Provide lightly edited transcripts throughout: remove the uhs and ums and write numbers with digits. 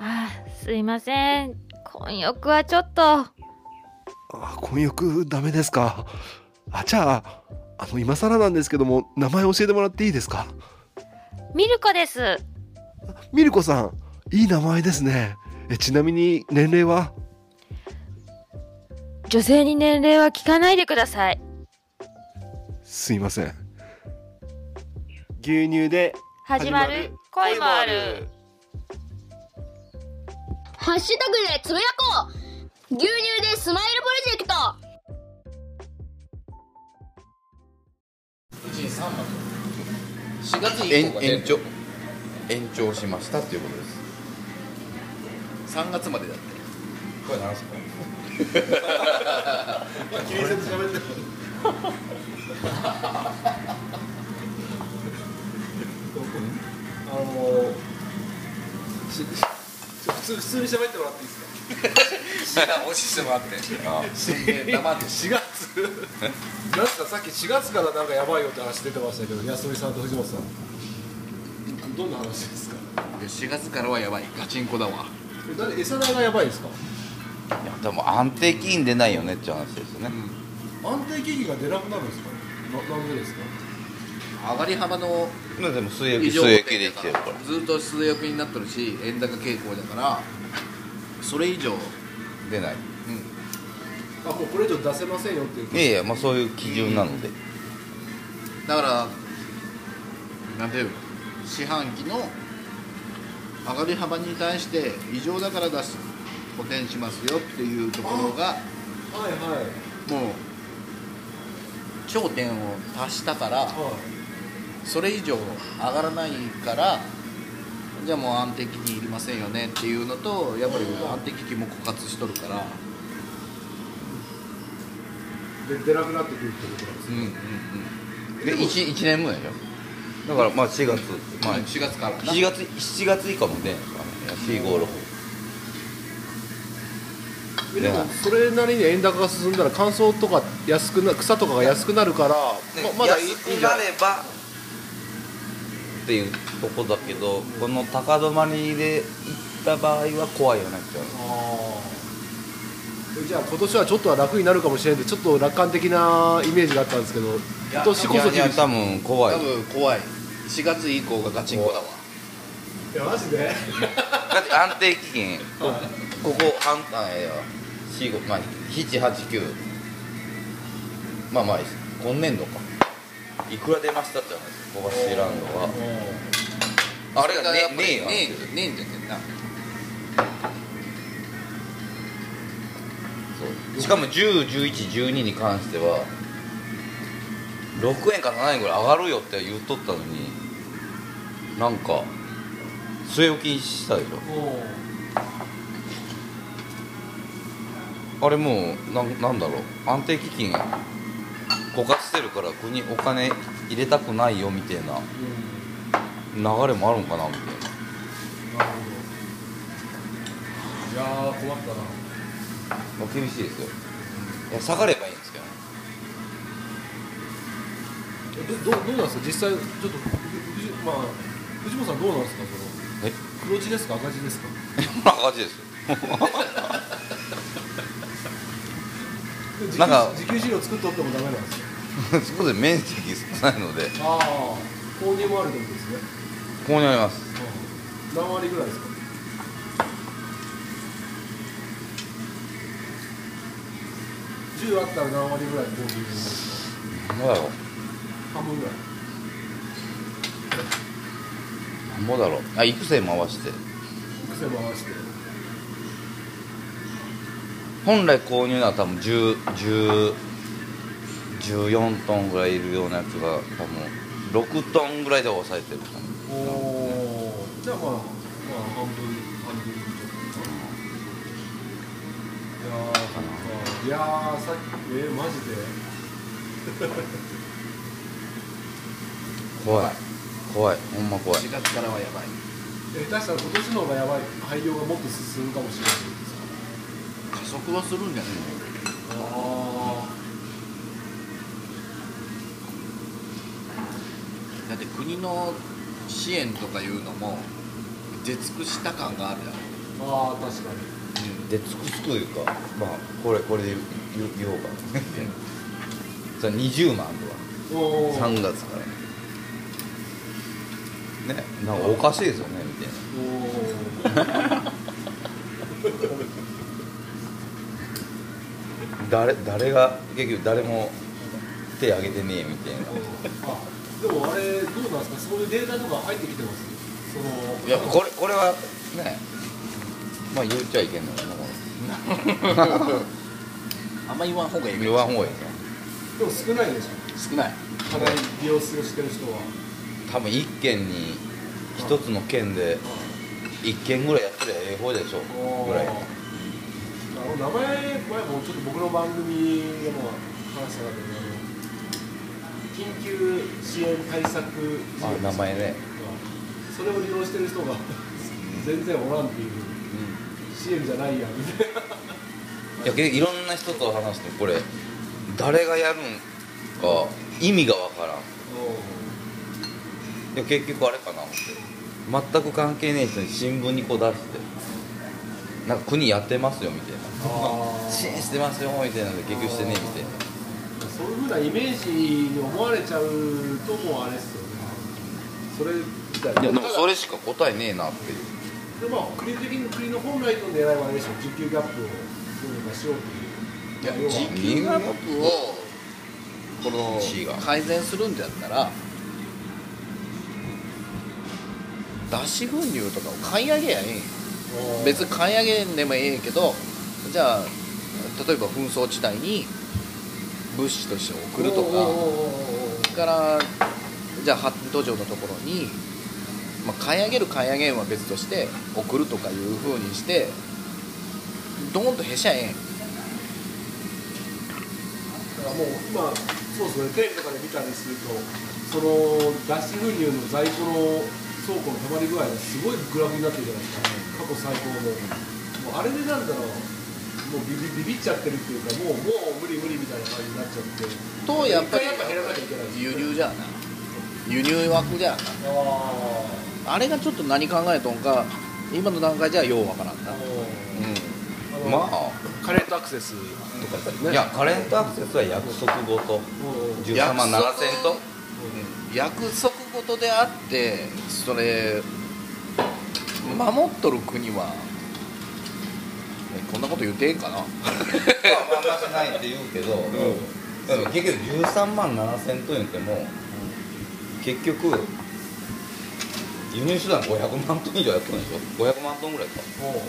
すいません。混浴はちょっと。 混浴ダメですか。じゃあ、今更なんですけども、名前教えてもらっていいですか。 ミルコです。 ミルコさん、いい名前ですね。ちなみに年齢は？ 女性に年齢は聞かないでください。 すいません。牛乳で始まる恋もある。 ハッシュタグでつぶやこう。牛乳でスマイルプロジェクト。 4月以降が延長しましたっていうことです。3月までだって。これ何すか？気にせず喋ってる。 普通に喋ってもらっていいですか？ 押してもらって。黙って 4月なんすか、さっき4月からなんかやばいよって話出てましたけど、安富さんと藤本さんどんな話ですか ？4月からはやばい、ガチンコだわ。 餌代がやばいですか？ いやでも安定金出ないよねって話ですよね、 安定金利が出なくなるんですか？なんでですか？ 上がり幅のでも据え置きできてるからずっと据え置きになってるし、円高傾向だからそれ以上出ない。 もうこれ以上出せませんよっていう。 いやいや、そういう基準なので、 だからなんていうの、四半期の上がり幅に対して異常だから出す補填しますよっていうところがもう頂点を達したから、それ以上上がらないから、じゃあもう安定基金いりませんよねっていうのと、やっぱり安定基金も枯渇しとるから出なくなってくるってことなんですね。 で 1年分でしょ。だからまあ4月、 4月から 7月以下も出ないですかね。456 でもそれなりに円高が進んだら乾燥とか草とかが安くなるから、まだいい安くなればっていうとこだけど、この高止まりでいった場合は怖いよねって。 じゃあ今年はちょっとは楽になるかもしれないんで、ちょっと楽観的なイメージがあったんですけど、今年こそいや多分怖い。 4月以降がガチンコだわ。 いやマジでだって安定基金ここ7、8、9、まあ今年度かいくら出ましたって話です。ここが知らんのはあれがねえよ。 ねえんじゃけんな。 しかも10、11、12に関しては6円か7円ぐらい上がるよって言っとったのに、なんか据え置きにしたでしょ。あれもうなんだろう、安定基金枯渇してるから国お金入れたくないよみたいな流れもあるんかなみたいな。 なるほど。いやー困ったな。 厳しいですよ。いや下がればいいんですけどね。 どうなんですか実際。ちょっと藤本さんどうなんですか、黒字ですか赤字ですか？ 赤字ですよ。なんか自給資料作っておってもダメなんですか？ そこで面積少ないので。 購入もあるってことですね。 購入あります。 何割ぐらいですか？10あったら何割ぐらい購入になるんですか？ 何ぼだろう。 半分ぐらい。 何ぼだろう。育成回して。本来購入なら多分14トンぐらいいるようなやつが多分6トンぐらいで抑えてるかな。 じゃあ半分いやーさっきマジで怖いほんま怖い。 4月からはやばい。 下手したら今年の方がやばい、廃業がもっと進むかもしれないですか？ 加速はするんじゃないの？だって国の支援とかいうのも出尽くした感があるじゃん。 ああ確かに。 でつくつくいうかまあこれで言おうかそれ20万とかおー 3月からねなんかおかしいですよねみたいなおー誰が結局誰も手挙げてねえみたいなあでもあれどうなんですか、そういうデータとか入ってきてます？そのいやこれはねまあ言っちゃいけんのかなあんま言わん方がいい言わん方がいいですよでも少ないでしょ、 少ない。 かなり利用してる人は。 多分1県に1つの県で1件ぐらいやってりゃええ方でしょぐらい名前前もちょっと僕の番組でも話したかったけど緊急支援対策事業名前ねそれを利用してる人が全然おらんっていう、支援じゃないやみたいないや結局いろんな人と話してこれ誰がやるんか意味がわからんでも結局あれかな思って全く関係ねえ人に新聞にこう出してなんか国やってますよみたいな支援してますよみたいなので結局してねえみたいなそういうふうなイメージに思われちゃうともうあれですよね。それ自体いやでもそれしか答えねえなっていうでまあ国的に国の本来の狙いはあれでしょ、需給ギャップをどうにかしようという。 いや時給ギャップをこの違う改善するんだったら脱脂粉乳とかを買い上げやええんよ。別に買い上げんでもええけどじゃあ例えば紛争地帯に物資として送るとかからじゃあ発展途上のところに、まあ、買い上げんは別として送るとかいう風にしてドーンとへしゃええん。 だからもう今そうですね、テレビとかで見たりするとその脱脂粉乳の在庫の倉庫の溜まり具合がすごいグラフになってるじゃないですか、過去最高のもうあれでなんだろうもうビビっちゃってるっていうかもう無理みたいな感じになっちゃってとやっぱり一回減らなきゃいけないです輸入じゃな輸入枠じゃなあれがちょっと何考えとんか今の段階じゃようわからんな、 まあカレントアクセスとかですね。 いやカレントアクセスは約束ごと13万7000と約束事であってそれ守っとる国はこんなこと言ってええんかなまあしないって言うけど、でも結局13万7000と言っても、結局輸入手段500万トン以上やってるんでしょ。500万トンぐらいか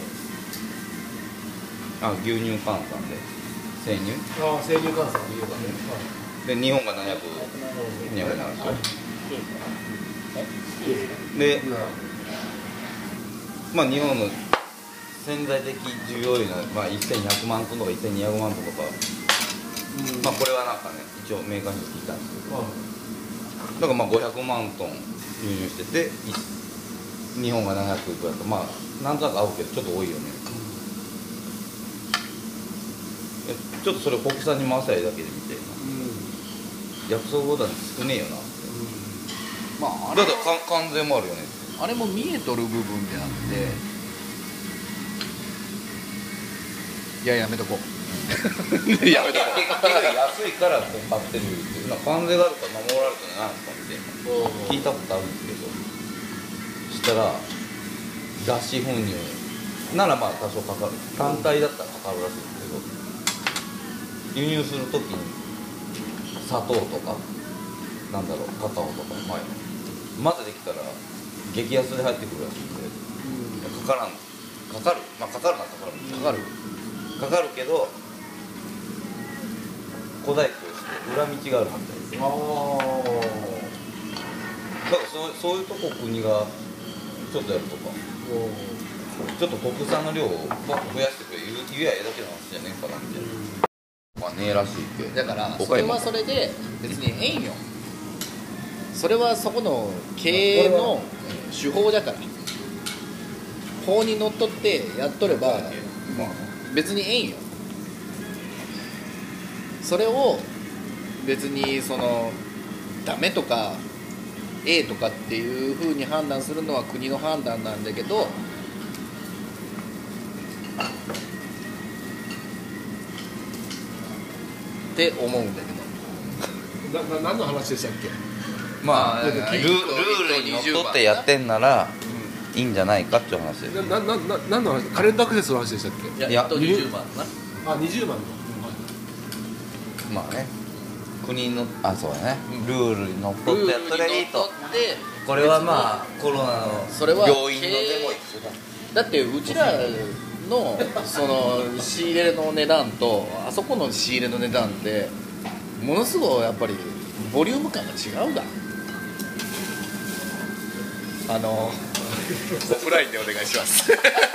牛乳換算で生乳生乳換算で言えばね、 で日本が700なんですよ。でまあ日本の潜在的需要量の、まあ、1200万トンとか1200万トンとか、まあこれはなんかね一応メーカーに聞いたんですけど、だからまあ500万トン輸入してて日本が700いくらとまあなんとなく合うけどちょっと多いよね、ちょっとそれを国産に回せばいいだけでみたいな、約束ボタン少ねえよなって、 まああれだって関税もあるよねあれも見えとる部分であっていややめとこういやめとこう安いからこう買ってるっていう関税があるから守られてないんですかみたいな聞いたことあるんですけど、したら脱脂粉乳ならまあ多少かかる単体だったらかかるらしいんですけど、輸入するときに砂糖とかなんだろうカカオとか混ぜてきたら激安で入ってくるらしいんで、かかるまあかかるなかかるけど小細工して裏道があるみたいですよ。だからそういうとこ国がちょっとやるとかちょっと国産の量を増やしてくれ言えやええだけの話じゃねえかなみたいな、まあねえらしいけどだからそれはそれで別にええんよ。それはそこの経営の手法だから法にのっとってやっとれば別にええんよ。それを別にそのダメとかええとかっていう風に判断するのは国の判断なんだけどって思うんだけど、 何の話でしたっけ？ まあルールにのっとってやってんならいいんじゃないかっていう話です。 何の話？カレンダーアクセスの話でしたっけ？ いや 20万な。 あ、20万の。 まあね、国のそうだね、ルールにのっとってやったらいいと。これはまあコロナのそれは病院のでも一緒だ。 だってうちらのその仕入れの値段とあそこの仕入れの値段ってものすごいやっぱりボリューム感が違うだ。オフラインでお願いします。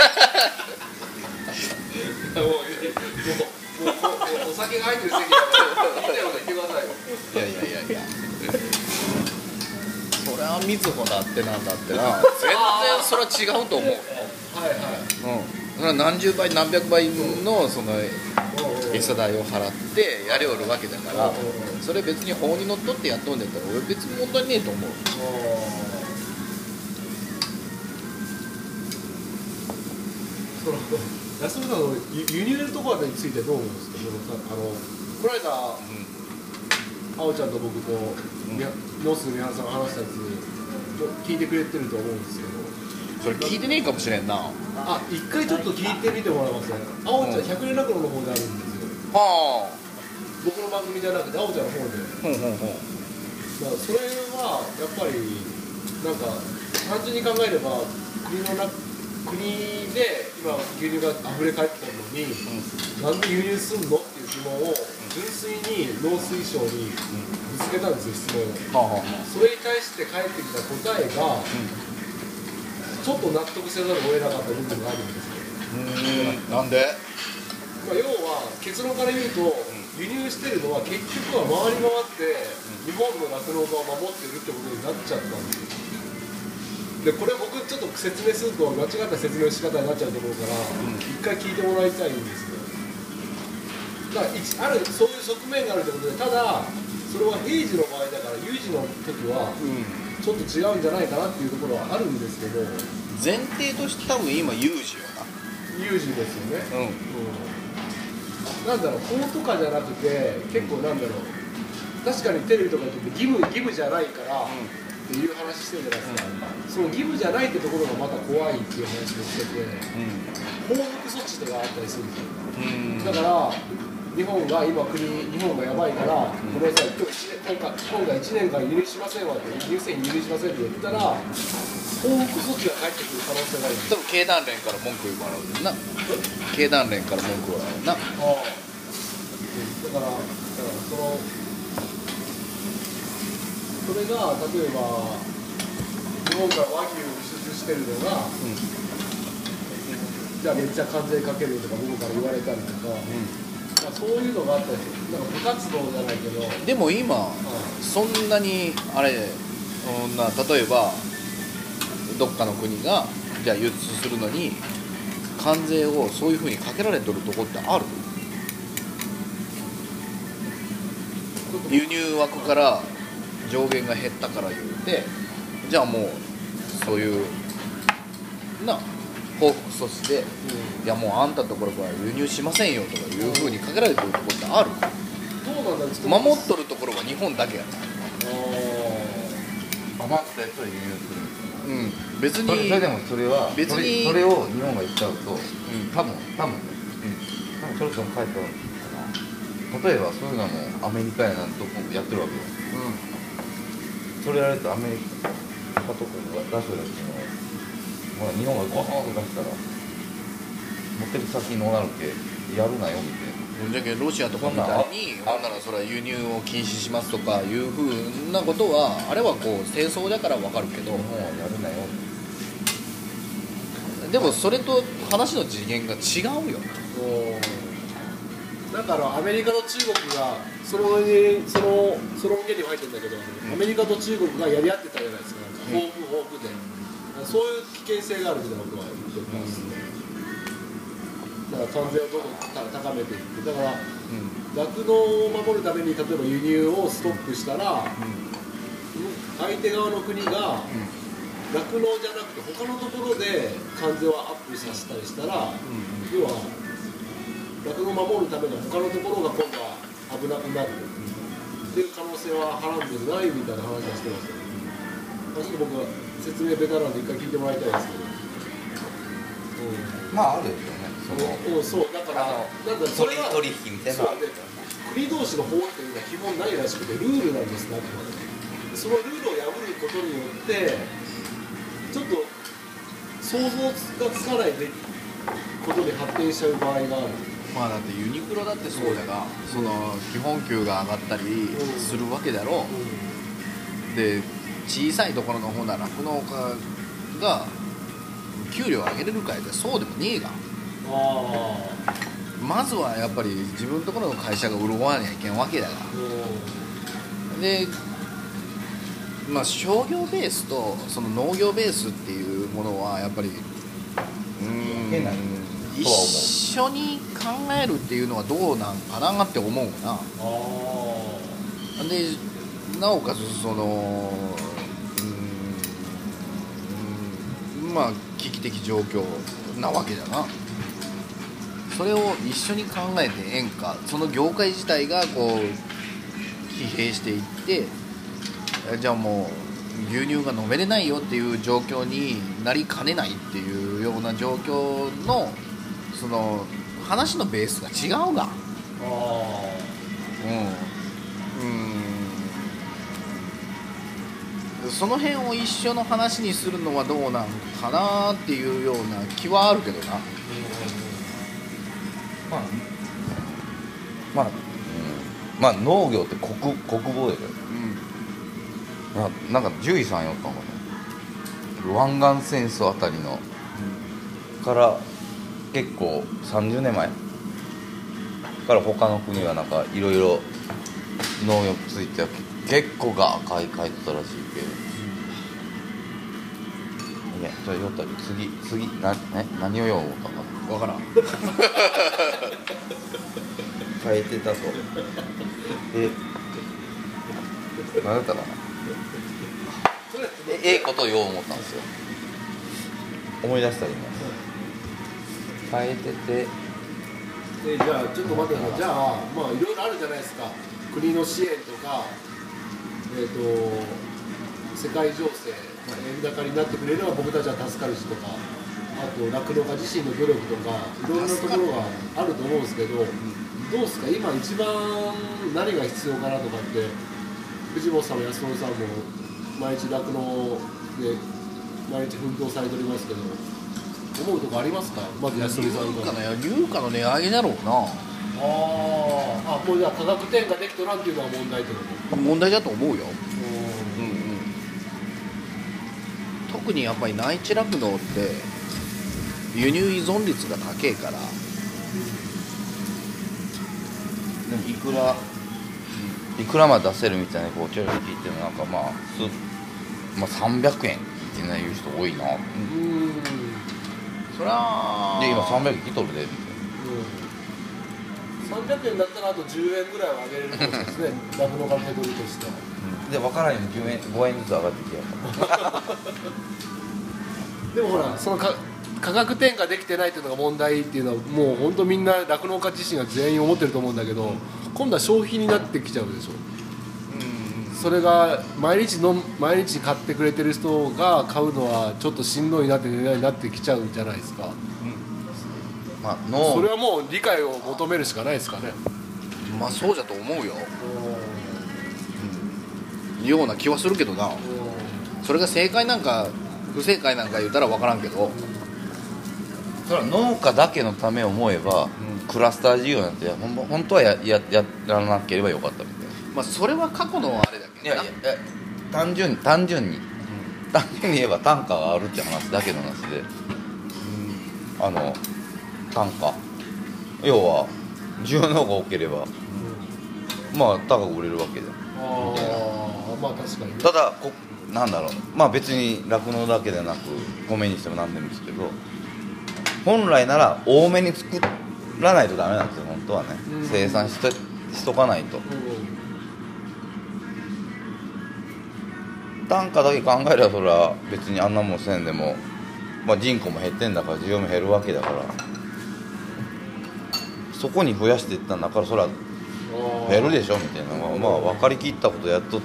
もうお酒が入ってる席だから言いたいこと言ってくださいよ。 いやそれはみずほだってなんだってな、全然それは違うと思うよ。 はいはい。 それは何十倍何百倍のその餌代を払ってやりおるわけだから、それ別に法にのっとってやっとんだったら俺別に問題ねえと思う。 安村さんの輸入のところについてどう思うんですか？この間、あおちゃんと僕とノースの宮原さんが話したやつ聞いてくれてると思うんですけど、 それ聞いてねえかもしれんな。 一回ちょっと聞いてみてもらえますね。あおちゃん100連絡路の方であるんですよ。 は僕の番組じゃなくてあおちゃんの方で。だからそれはやっぱりなんか単純に考えれば国で今牛乳が溢れ返ってたのに、なんで輸入すんのっていう疑問を純粋に農水省にぶつけたんですよ、質問を。それに対して返ってきた答えが、ちょっと納得せざるを得なかった部分があるんですよ。 なんで？ 要は結論から言うと、輸入してるのは結局は回り回って日本の酪農家を守ってるってことになっちゃったんですよ。でこれ僕ちょっと説明すると間違った説明の仕方になっちゃうところから一回聞いてもらいたいんですよ。だからそういう側面があるということで、ただそれは平時の場合だから有事の時はちょっと違うんじゃないかなっていうところはあるんですけど、 前提として多分今有事よな。 有事ですよね。なんだろう、法とかじゃなくて結構なんだろう、確かにテレビとかで義務じゃないからっていう話してるじゃないですか。その義務じゃないってところがまた怖いっていう話をしてて、報復措置とかあったりするんですよ。だから日本がやばいから、ごめんなさい、今回1年間輸入しませんわって、輸入製品輸入しませんって言ったら報復措置が返ってくる可能性があるんです。 多分経団連から文句言うからな。経団連から文句言われるな。 だからそれが例えば日本から和牛輸出してるのが、じゃあめっちゃ関税かけるとか僕から言われたりとか、そういうのがあったりする。なんか部活動じゃないけど、 でも今、そんなにあれ、例えばどっかの国がじゃあ輸出するのに関税をそういうふうにかけられてるとこってある？輸入枠から上限が減ったから言うて、じゃあもうそういう報復措置で、いやもうあんたのところから輸入しませんよとかいうふうにかけられてるところってある？ どうなんだろう。 守っとるところは日本だけやな。 余ったやつを輸入する。 別にそれでもそれは別にそれを日本が言っちゃうと、多分それとも返ったのかな。例えばそういうのはもうアメリカやなんとこやってるわけよ。それやるとアメリカとかが出すやつの、日本がゴーンと出したら持ってる先のなるけやるなよみたいな。 じゃけロシアとかみたいにほんならそれは輸入を禁止しますとかいうふうなことはあれはこう戦争だから分かるけど、 もうやるなよ。 でもそれと話の次元が違うよな。 だからアメリカと中国がその音源にも入ってるんだけど、アメリカと中国がやり合ってたじゃないですか。報復で、そういう危険性があるみたいなことは言ってます、だから関税をどんどん高めていって、だから酪農を守るために例えば輸入をストップしたら、相手側の国が酪酪農じゃなくて他のところで関税をアップさせたりしたら、要は酪農を守るための他のところが今度は危なくなるっていう可能性ははらんでないみたいな話はしてますよ、ちょっと僕は説明ベタなんで一回聞いてもらいたいですけど、 まああるよねそうだからなんだそれは取引みたいなそうで国同士の法っていうのは基本ないらしくてルールなんですなってそのルールを破ることによってちょっと想像がつかないことで発展しちゃう場合がある。 まあだってユニクロだってそうだが、その基本給が上がったりするわけだろう、で小さいところの方なら酪農家が給料上げれるかいってそうでもねえが、まずはやっぱり自分のところの会社が潤わなきゃいけんわけだが、でまあ商業ベースとその農業ベースっていうものはやっぱり一緒に考えるっていうのはどうなんかなって思うな。でなおかつそのまあ危機的状況なわけだな。それを一緒に考えてええんか、その業界自体がこう疲弊していって、じゃあもう牛乳が飲めれないよっていう状況になりかねないっていうような状況のその話のベースが違うが、その辺を一緒の話にするのはどうなんかなっていうような気はあるけどな。 まあ農業って国防やで、なんか獣医さんやったのかな、湾岸戦争あたりの、から結構30年前から他の国はなんかいろいろ農業ついて結構が赤い書いてたらしいけど、いやじゃあよったら次何を読もうかな分からん書いてたと何だったかな、ことを言おう思ったんですよ。思い出した今変えてて、 じゃあちょっと待ってください。じゃあまあいろいろあるじゃないですか、国の支援とか、世界情勢円高になってくれれば僕たちは助かるしとか、あと酪農家自身の努力とかいろんなところがあると思うんですけど、どうですか今一番何が必要かなとかって、藤本さんも安野さんも毎日酪農で毎日奮闘されておりますけど、思うとこありますか？まず安野さんから乳価の値上げだろうな。 もうじゃあ価格転嫁できとらんっていうのは問題ってこと？ 問題だと思うよ。特にやっぱり内地酪農って輸入依存率が高いから、 でもいくらまで出せるみたいなこうちょい聞いてもなんかまあ300円っていう人多いな。 そりゃで今300円来とるで。 300円だったらあと10円ぐらいは上げれるってことですね。酪農家の手取りとしては。 で分からんように10円5円ずつ上がってきてやったでもほらその価格転嫁できてないっていうのが問題っていうのはもう本当みんな酪農家自身が全員思ってると思うんだけど、今度は消費になってきちゃうでしょ。それが毎日買ってくれてる人が買うのはちょっとしんどいなってなってきちゃうんじゃないですか。それはもう理解を求めるしかないですかね。 まあそうじゃと思うよ、ような気はするけどな。それが正解なんか不正解なんか言ったら分からんけど、 それは農家だけのためを思えば、クラスター事業なんて本当はやらなければよかったみたいな。 まあそれは過去のあれだけどな。 単純に言えば単価があるって話だけの話で、単価要は需要の方が多ければ、まあ高く売れるわけじゃん。 まあ確かにね。 ただなんだろう、まあ別に酪農だけでなく米にしても何でもいいですけど、本来なら多めに作らないとダメなんですよ本当はね。生産しとかないと。 単価だけ考えればそれは別にあんなもんせんでも、まあ、人口も減ってんだから需要も減るわけだから、そこに増やしていったんだからそれは減るでしょみたいなのが、まあ、分かりきったことやっとって、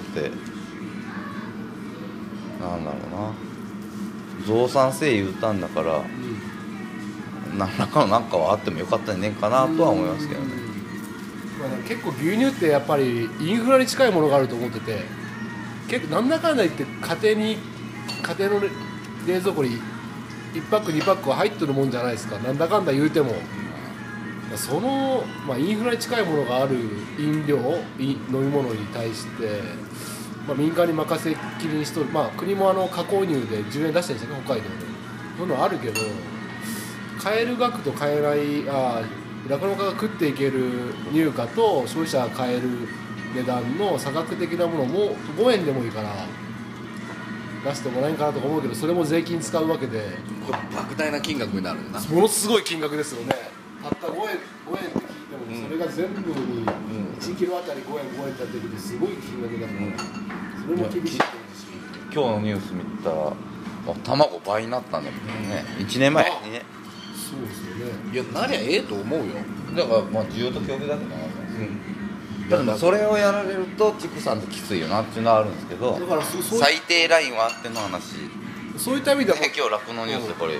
なんだろうな、増産せい言うたんだから、何らかのなんかはあってもよかったんねんかなとは思いますけどね。 まあ、結構牛乳ってやっぱりインフラに近いものがあると思ってて、結構なんだかんだ言って家庭の冷蔵庫に1パック2パックは入ってるもんじゃないですか。なんだかんだ言うてもその、まあ、インフラに近いものがある飲料飲み物に対して、まあ、民間に任せっきりにしとる、まあ、国も加工乳で10円出してるんですよね、北海道で。そういうのあるけど、買える額と買えない酪農家が食っていける入荷と消費者が買える値段の差額的なものも5円でもいいから出してもらえんかなとか思うけど、それも税金使うわけで莫大な金額になるよな。 ものすごい金額ですよね。たった5円って聞いても、それが全部に1キロあたり5円ってやってくるとすごい金額だから、それも厳しいと思うし、 今日のニュース見たら卵倍になったんだけどね、1年前にね。 そうですよね。 いや、なりゃええと思うよ。 だからまあ需要と供給だけどな、だからそれをやられると畜産ってきついよなっていうのはあるんですけど、 だから最低ラインはあっての話。 そういった意味では今日酪農ニュースでこれ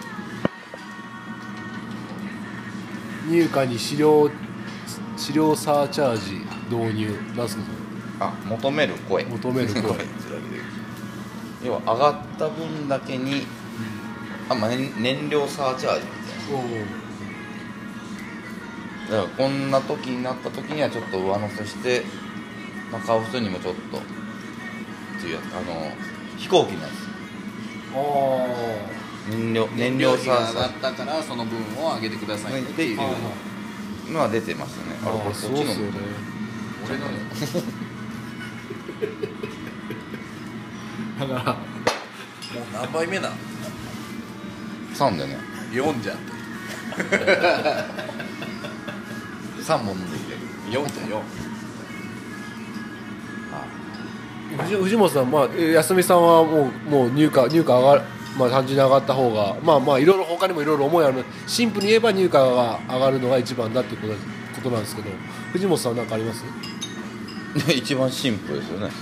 入荷に飼料サーチャージ導入なんすか、 求める声求める声要は上がった分だけにまあ、燃料サーチャージみたいな。だからこんな時になった時にはちょっと上乗せして、まあ、買う人にもちょっとっていう飛行機のやつ、燃料サーチャージが上がったからその分を上げてくださいねっていうのは出てましたね。これそうですよね。 俺のだからもう何杯目なん 3でね、 4じゃん 3本飲んでいける。 4じゃん4。 藤本さん、まあ、安見さんはもう入荷上がる、まあ、単純に上がった方がまあいろいろ他にもいろいろ思いあるので、シンプルに言えば入荷が上がるのが一番だっていうことなんですけど、藤本さん何かあります？ 一番シンプルですよね、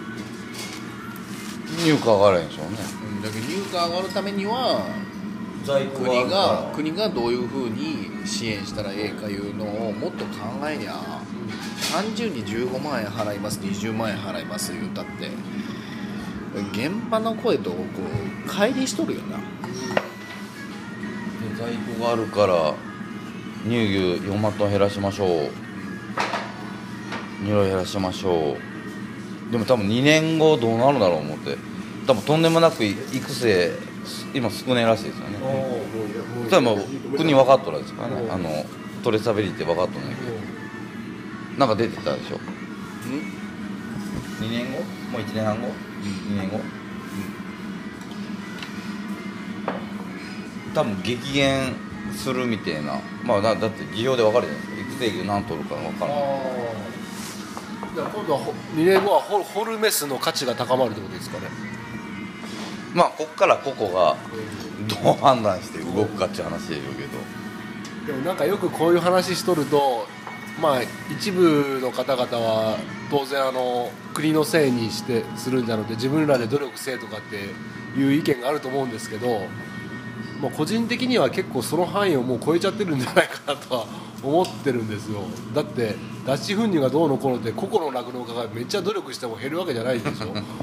入荷上がるんでしょうね。 だけど入荷上がるためには在庫があるから国がどういうふうに支援したらええかいうのをもっと考えにゃ、単純に15万円払います20万円払います言うたって現場の声とこう乖離しとるよな。 在庫があるから乳牛4万トン減らしましょう、ニロ減らしましょう。でも多分2年後どうなるだろう思って、多分とんでもなく育成今少ないらしいですよね。それはもう国分かっとるんですからね、トレーサビリティ分かっとるんだけど、なんか出てたでしょ。2年後もう1年半後、2年後、多分激減するみたいな、まあだって技量で分かるじゃないですか、育成牛何取るか分からない。 じゃあ今度は2年後はホルメスの価値が高まるってことですかね。 まあこっから個々がどう判断して動くかっていう話でしょうけど、 でもなんかよくこういう話しとると、まあ一部の方々は当然国のせいにするんじゃなくて自分らで努力せえとかっていう意見があると思うんですけど、まあ、個人的には結構その範囲をもう超えちゃってるんじゃないかなとは思ってるんですよ。だって脱脂粉乳がどうのこうのって個々の酪農家がめっちゃ努力しても減るわけじゃないでしょ。だ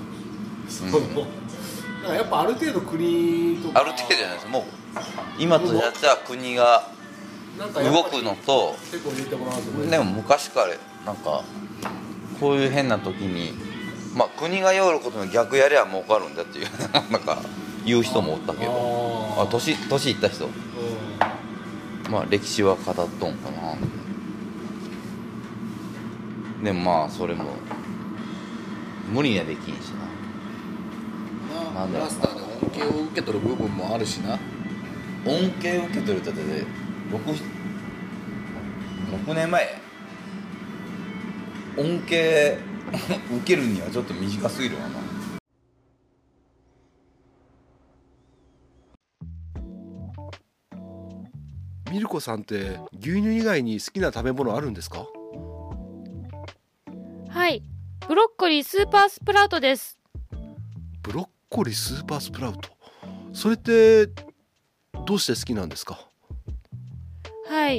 からやっぱある程度国とかある程度じゃないです。もう今とやっちゃ国が動くのと、 結構入れてもらうと思う。 でも昔からなんかこういう変な時に、まあ国がやることの逆やりゃ儲かるんだっていうなんか言う人もおったけど、年いった人、まあ歴史は語っとんかな。でもまあそれも無理にはできんしな。 クラスターで恩恵を受け取る部分もあるしな。 恩恵を受け取るってで6年前恩恵受けるにはちょっと短すぎるわな。 ミルコさんって牛乳以外に好きな食べ物あるんですか？ はい、ブロッコリースーパースプラウトです。 ブロッコリースーパースプラウト、それってどうして好きなんですか？ はい、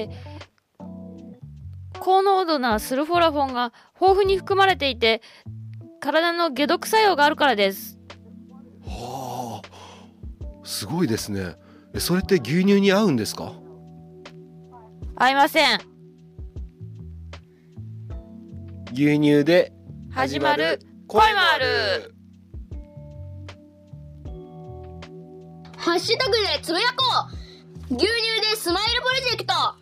高濃度なスルフォラフォンが豊富に含まれていて、体の解毒作用があるからです。 はあ、すごいですね。それって牛乳に合うんですか？ 合いません。 牛乳で始まる声もある。 ハッシュタグでつぶやこう。牛乳でスマイルプロジェクト。